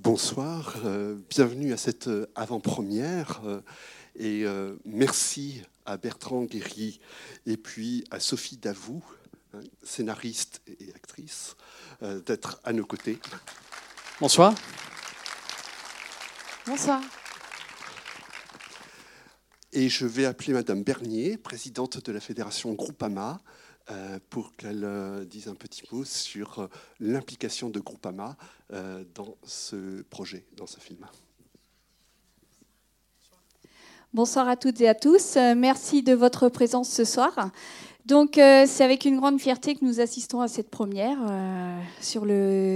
Bonsoir, bienvenue à cette avant-première et merci à Bertrand Guéry et puis à Sophie Davout, scénariste et actrice, d'être à nos côtés. Bonsoir. Bonsoir. Et je vais appeler Madame Bernier, présidente de la fédération Groupama, pour qu'elle dise un petit mot sur l'implication de Groupama dans ce projet, dans ce film. Bonsoir à toutes et à tous. Merci de votre présence ce soir. Donc, c'est avec une grande fierté que nous assistons à cette première sur le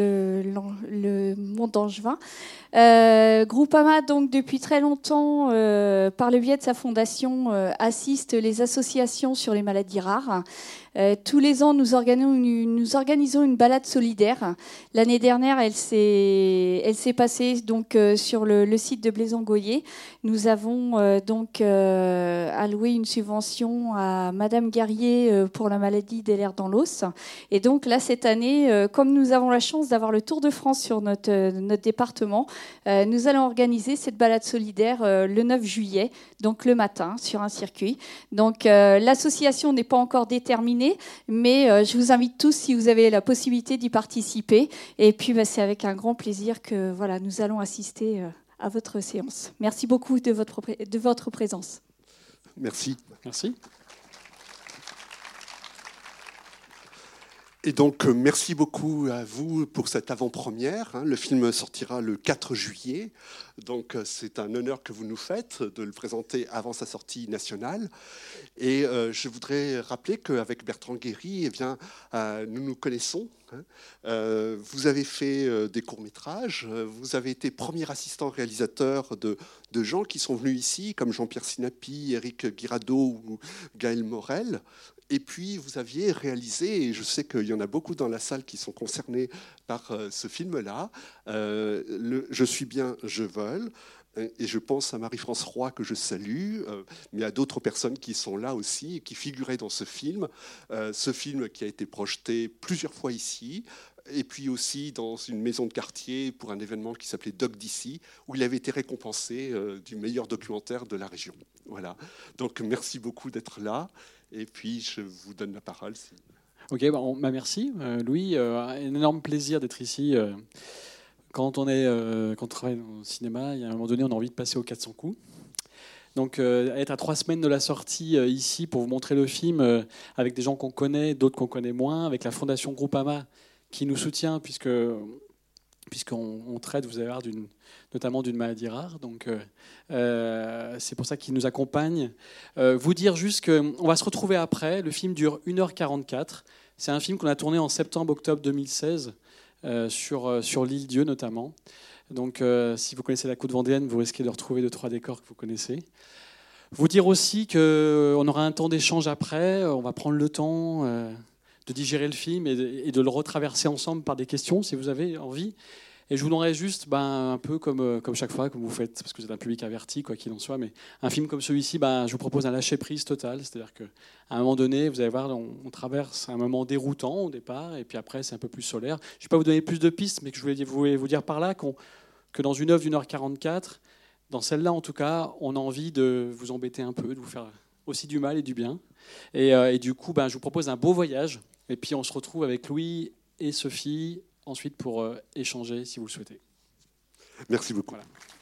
monde angevin. Groupama, donc, depuis très longtemps, par le biais de sa fondation, assiste les associations sur les maladies rares. Tous les ans, nous organisons une balade solidaire. L'année dernière, elle s'est passée donc, sur le site de Blaison-Goyer. Nous avons alloué une subvention à Madame Guerrier pour la maladie des lèvres dans l'os. Et donc là, cette année, comme nous avons la chance d'avoir le Tour de France sur notre département, nous allons organiser cette balade solidaire le 9 juillet, donc le matin, sur un circuit. Donc l'association n'est pas encore déterminée, mais je vous invite tous, si vous avez la possibilité, d'y participer. Et puis, c'est avec un grand plaisir que nous allons assister à votre séance. Merci beaucoup de votre présence. Merci. Merci. Et donc, merci beaucoup à vous pour cette avant-première. Le film sortira le 4 juillet. Donc, c'est un honneur que vous nous faites de le présenter avant sa sortie nationale. Et je voudrais rappeler qu'avec Bertrand Guéry, nous nous connaissons. Vous avez fait des courts-métrages. Vous avez été premier assistant réalisateur de gens qui sont venus ici, comme Jean-Pierre Sinapi, Éric Guirado ou Gaël Morel. Et puis, vous aviez réalisé, et je sais qu'il y en a beaucoup dans la salle qui sont concernés par ce film-là, Je suis bien, je vole. Et je pense à Marie-France Roy, que je salue, mais à d'autres personnes qui sont là aussi et qui figuraient dans ce film qui a été projeté plusieurs fois ici, et puis aussi dans une maison de quartier pour un événement qui s'appelait Doc d'ici, où il avait été récompensé du meilleur documentaire de la région. Voilà. Donc, merci beaucoup d'être là. Et puis, je vous donne la parole. Ok, merci Louis. Un énorme plaisir d'être ici. Quand on travaille au cinéma, il y a un moment donné, on a envie de passer aux 400 coups. Donc, être à 3 semaines de la sortie ici pour vous montrer le film avec des gens qu'on connaît, d'autres qu'on connaît moins, avec la Fondation Groupama qui nous soutient puisqu'on traite, vous allez voir, notamment d'une maladie rare. Donc, c'est pour ça qu'ils nous accompagnent. Vous dire juste qu'on va se retrouver après. Le film dure 1h44. C'est un film qu'on a tourné en septembre-octobre 2016 sur l'île Dieu notamment. Donc, si vous connaissez la côte vendéenne, vous risquez de retrouver 2-3 décors que vous connaissez. Vous dire aussi qu'on aura un temps d'échange après. On va prendre le temps de digérer le film et de le retraverser ensemble par des questions, si vous avez envie. Et je vous donnerai juste un peu comme chaque fois, comme vous faites, parce que vous êtes un public averti, quoi qu'il en soit, mais un film comme celui-ci, je vous propose un lâcher-prise total. C'est-à-dire qu'à un moment donné, vous allez voir, on traverse un moment déroutant au départ, et puis après, c'est un peu plus solaire. Je ne vais pas vous donner plus de pistes, mais que je voulais vous dire par là que dans une œuvre d'1h44, dans celle-là en tout cas, on a envie de vous embêter un peu, de vous faire aussi du mal et du bien. Et du coup, je vous propose un beau voyage. Et puis on se retrouve avec Louis et Sophie ensuite pour échanger si vous le souhaitez. Merci beaucoup. Voilà.